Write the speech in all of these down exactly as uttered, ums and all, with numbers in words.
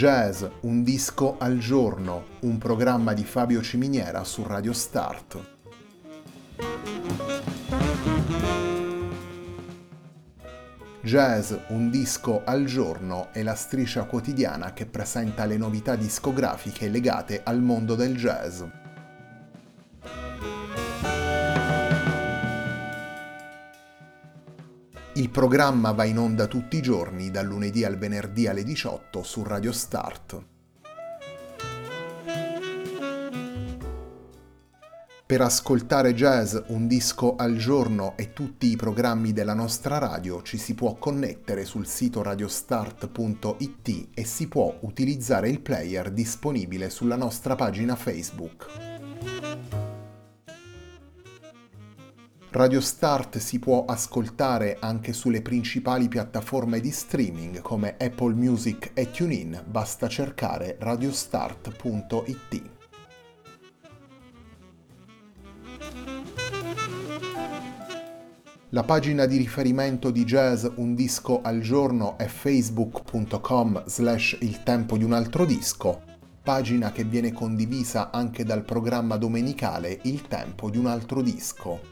Jazz, un disco al giorno, un programma di Fabio Ciminiera su Radio Start. Jazz, un disco al giorno è la striscia quotidiana che presenta le novità discografiche legate al mondo del jazz. Il programma va in onda tutti i giorni, dal lunedì al venerdì alle diciotto su Radio Start. Per ascoltare Jazz, un disco al giorno e tutti i programmi della nostra radio ci si può connettere sul sito radiostart punto it e si può utilizzare il player disponibile sulla nostra pagina Facebook. Radio Start si può ascoltare anche sulle principali piattaforme di streaming come Apple Music e TuneIn, basta cercare radiostart punto it. La pagina di riferimento di Jazz Un Disco al Giorno è facebook punto com slash il tempo di un altro disco, pagina che viene condivisa anche dal programma domenicale Il tempo di un altro disco.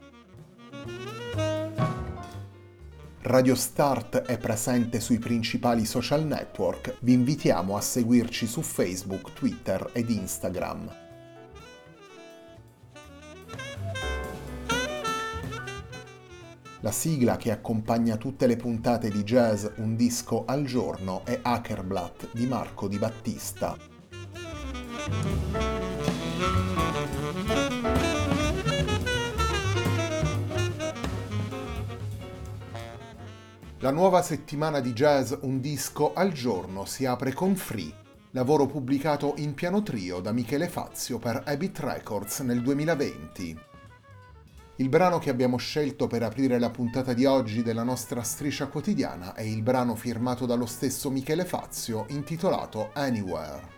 Radio Start è presente sui principali social network, vi invitiamo a seguirci su Facebook, Twitter ed Instagram. La sigla che accompagna tutte le puntate di Jazz Un Disco al Giorno è Hackerblatt di Marco Di Battista. La nuova settimana di Jazz Un Disco al Giorno si apre con Free, lavoro pubblicato in piano trio da Michele Fazio per Habit Records nel duemilaventi. Il brano che abbiamo scelto per aprire la puntata di oggi della nostra striscia quotidiana è il brano firmato dallo stesso Michele Fazio intitolato Anywhere.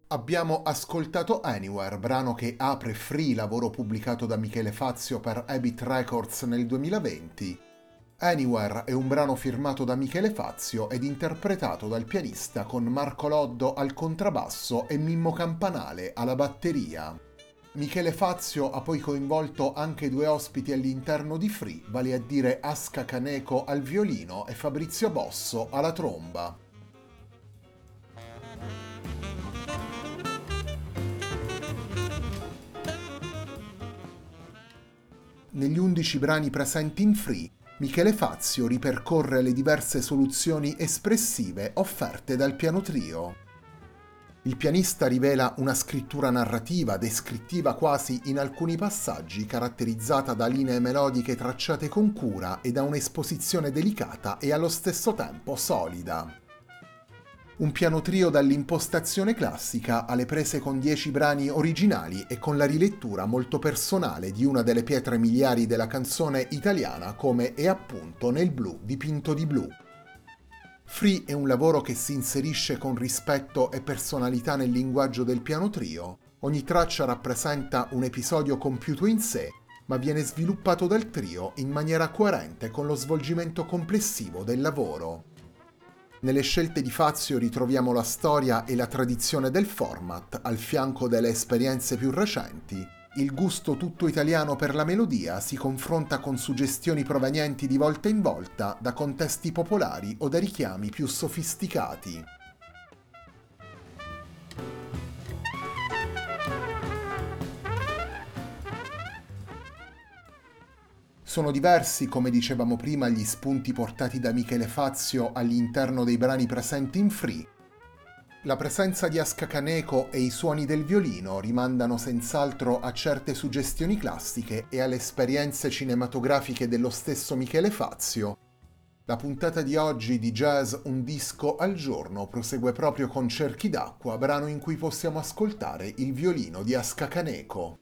Abbiamo ascoltato Anywhere, brano che apre Free, lavoro pubblicato da Michele Fazio per Habit Records nel duemilaventi. Anywhere è un brano firmato da Michele Fazio ed interpretato dal pianista con Marco Loddo al contrabbasso e Mimmo Campanale alla batteria. Michele Fazio ha poi coinvolto anche due ospiti all'interno di Free, vale a dire Aska Caneco al violino e Fabrizio Bosso alla tromba. Negli undici brani presenti in Free, Michele Fazio ripercorre le diverse soluzioni espressive offerte dal piano trio. Il pianista rivela una scrittura narrativa, descrittiva quasi in alcuni passaggi, caratterizzata da linee melodiche tracciate con cura e da un'esposizione delicata e allo stesso tempo solida. Un piano trio dall'impostazione classica alle prese con dieci brani originali e con la rilettura molto personale di una delle pietre miliari della canzone italiana come È appunto nel blu dipinto di blu. Free è un lavoro che si inserisce con rispetto e personalità nel linguaggio del piano trio. Ogni traccia rappresenta un episodio compiuto in sé, ma viene sviluppato dal trio in maniera coerente con lo svolgimento complessivo del lavoro. Nelle scelte di Fazio ritroviamo la storia e la tradizione del format, al fianco delle esperienze più recenti. Il gusto tutto italiano per la melodia si confronta con suggestioni provenienti di volta in volta da contesti popolari o da richiami più sofisticati. Sono diversi, come dicevamo prima, gli spunti portati da Michele Fazio all'interno dei brani presenti in Free. La presenza di Aska Caneco e i suoni del violino rimandano senz'altro a certe suggestioni classiche e alle esperienze cinematografiche dello stesso Michele Fazio. La puntata di oggi di Jazz Un disco al giorno prosegue proprio con Cerchi d'acqua, brano in cui possiamo ascoltare il violino di Aska Caneco.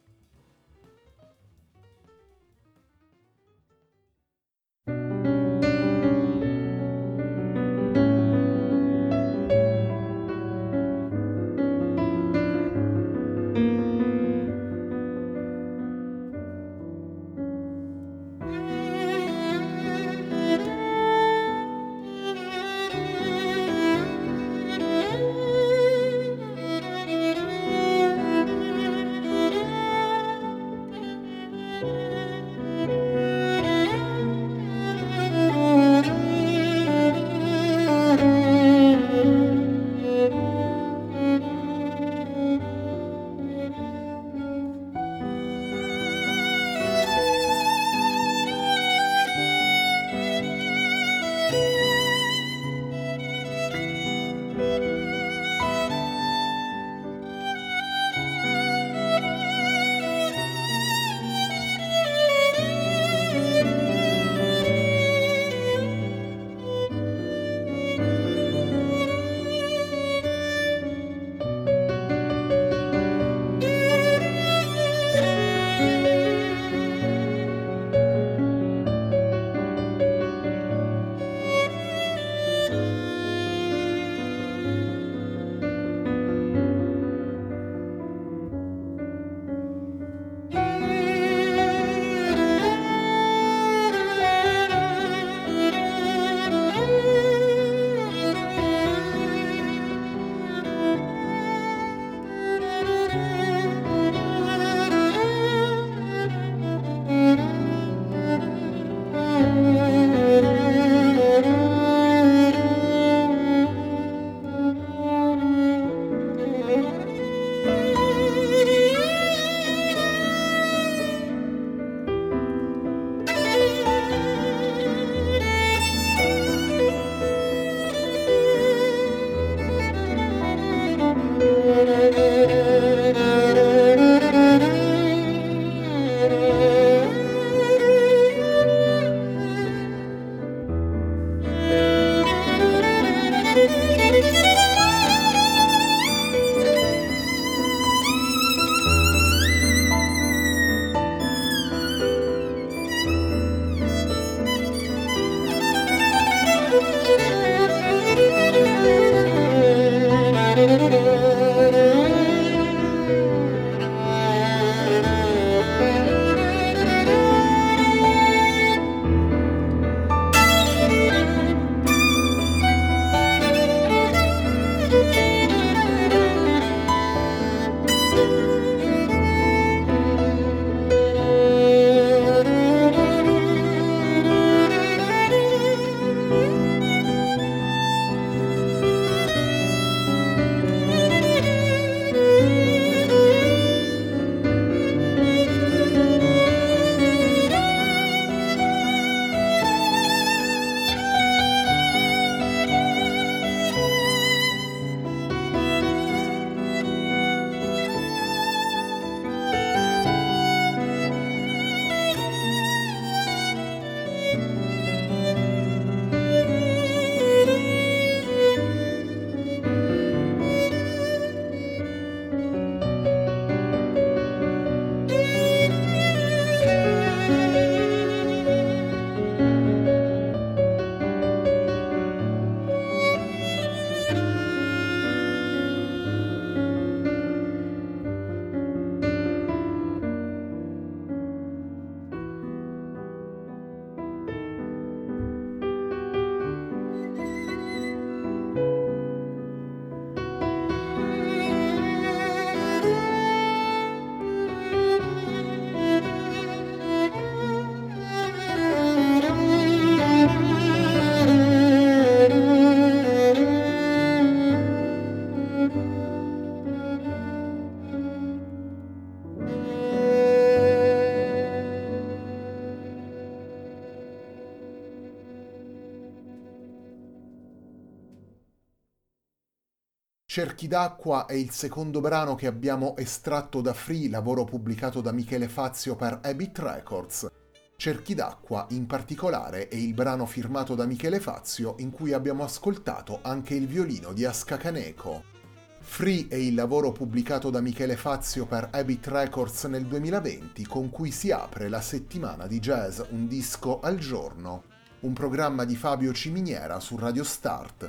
Cerchi d'acqua è il secondo brano che abbiamo estratto da Free, lavoro pubblicato da Michele Fazio per Habit Records. Cerchi d'acqua, in particolare, è il brano firmato da Michele Fazio in cui abbiamo ascoltato anche il violino di Aska Kaneko. Free è il lavoro pubblicato da Michele Fazio per Habit Records nel duemilaventi con cui si apre la settimana di jazz Un disco al giorno, un programma di Fabio Ciminiera su Radio Start.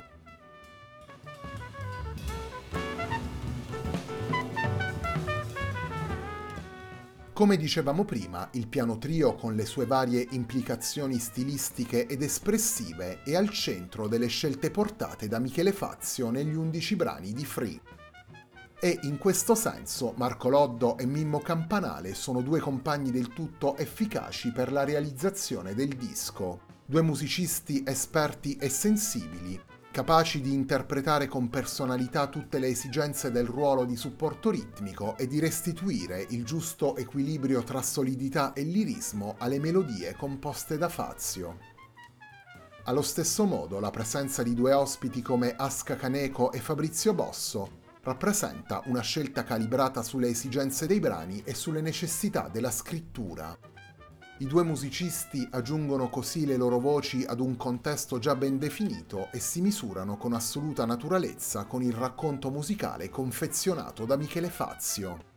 Come dicevamo prima, il piano trio con le sue varie implicazioni stilistiche ed espressive è al centro delle scelte portate da Michele Fazio negli undici brani di Free. E in questo senso Marco Loddo e Mimmo Campanale sono due compagni del tutto efficaci per la realizzazione del disco, due musicisti esperti e sensibili, capaci di interpretare con personalità tutte le esigenze del ruolo di supporto ritmico e di restituire il giusto equilibrio tra solidità e lirismo alle melodie composte da Fazio. Allo stesso modo, la presenza di due ospiti come Aska Kaneko e Fabrizio Bosso rappresenta una scelta calibrata sulle esigenze dei brani e sulle necessità della scrittura. I due musicisti aggiungono così le loro voci ad un contesto già ben definito e si misurano con assoluta naturalezza con il racconto musicale confezionato da Michele Fazio.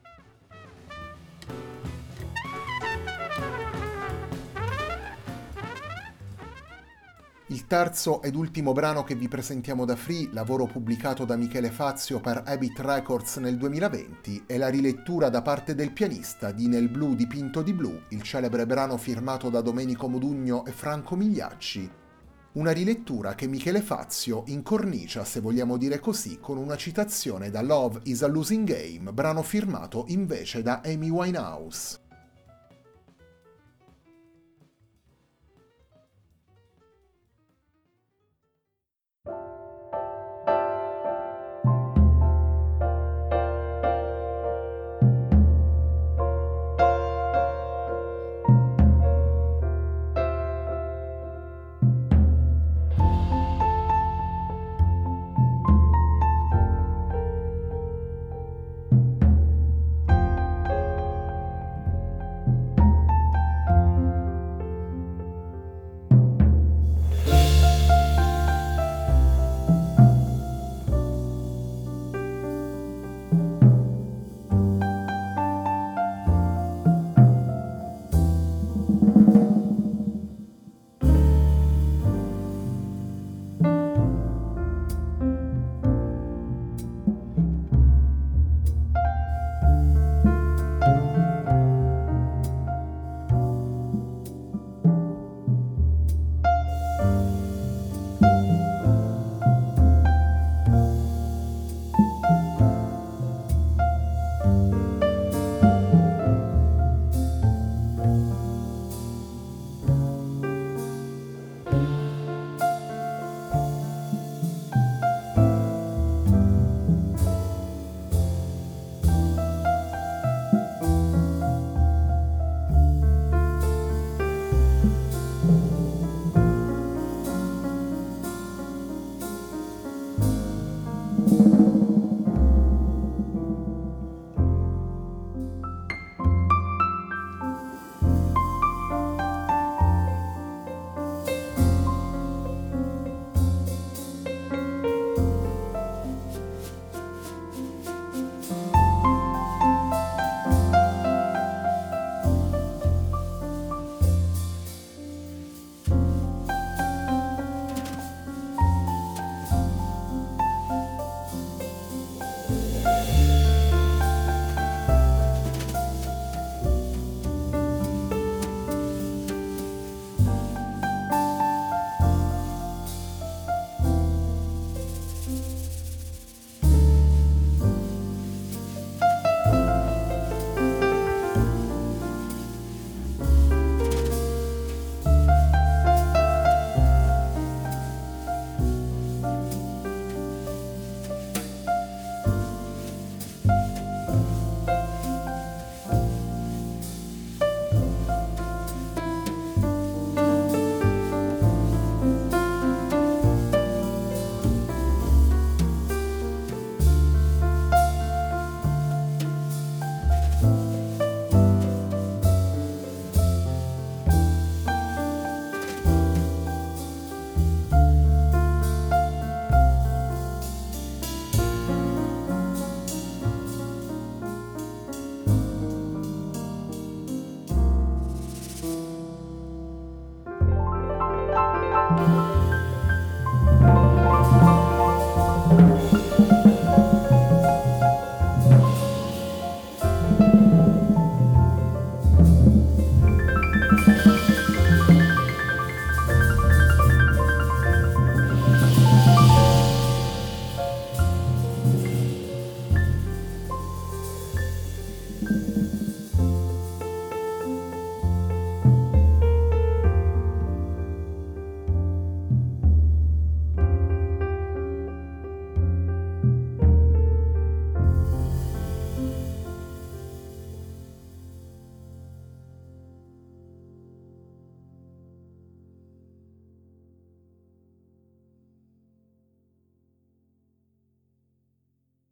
Il terzo ed ultimo brano che vi presentiamo da Free, lavoro pubblicato da Michele Fazio per Habit Records nel duemilaventi, è la rilettura da parte del pianista di Nel blu dipinto di blu, il celebre brano firmato da Domenico Modugno e Franco Migliacci. Una rilettura che Michele Fazio incornicia, se vogliamo dire così, con una citazione da Love is a Losing Game, brano firmato invece da Amy Winehouse.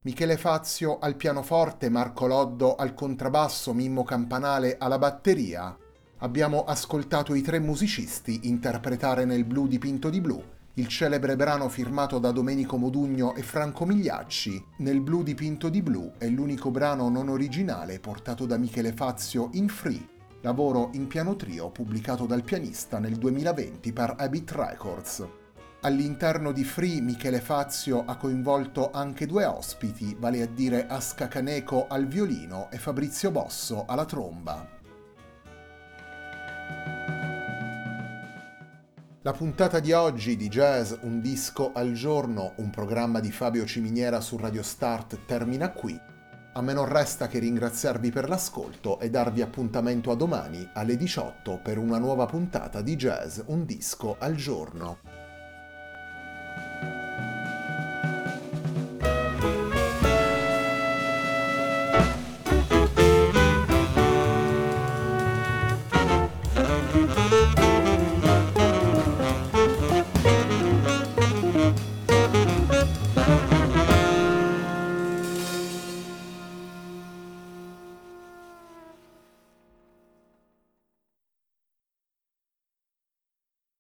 Michele Fazio al pianoforte, Marco Loddo al contrabbasso, Mimmo Campanale alla batteria. Abbiamo ascoltato i tre musicisti interpretare nel Blu dipinto di blu, il celebre brano firmato da Domenico Modugno e Franco Migliacci. Nel Blu dipinto di blu è l'unico brano non originale portato da Michele Fazio in Free, lavoro in piano trio pubblicato dal pianista nel duemilaventi per Habit Records. All'interno di Free Michele Fazio ha coinvolto anche due ospiti, vale a dire Aska Kaneko al violino e Fabrizio Bosso alla tromba. La puntata di oggi di Jazz Un disco al giorno, un programma di Fabio Ciminiera su Radio Start, termina qui. A me non resta che ringraziarvi per l'ascolto e darvi appuntamento a domani alle diciotto per una nuova puntata di Jazz Un disco al giorno.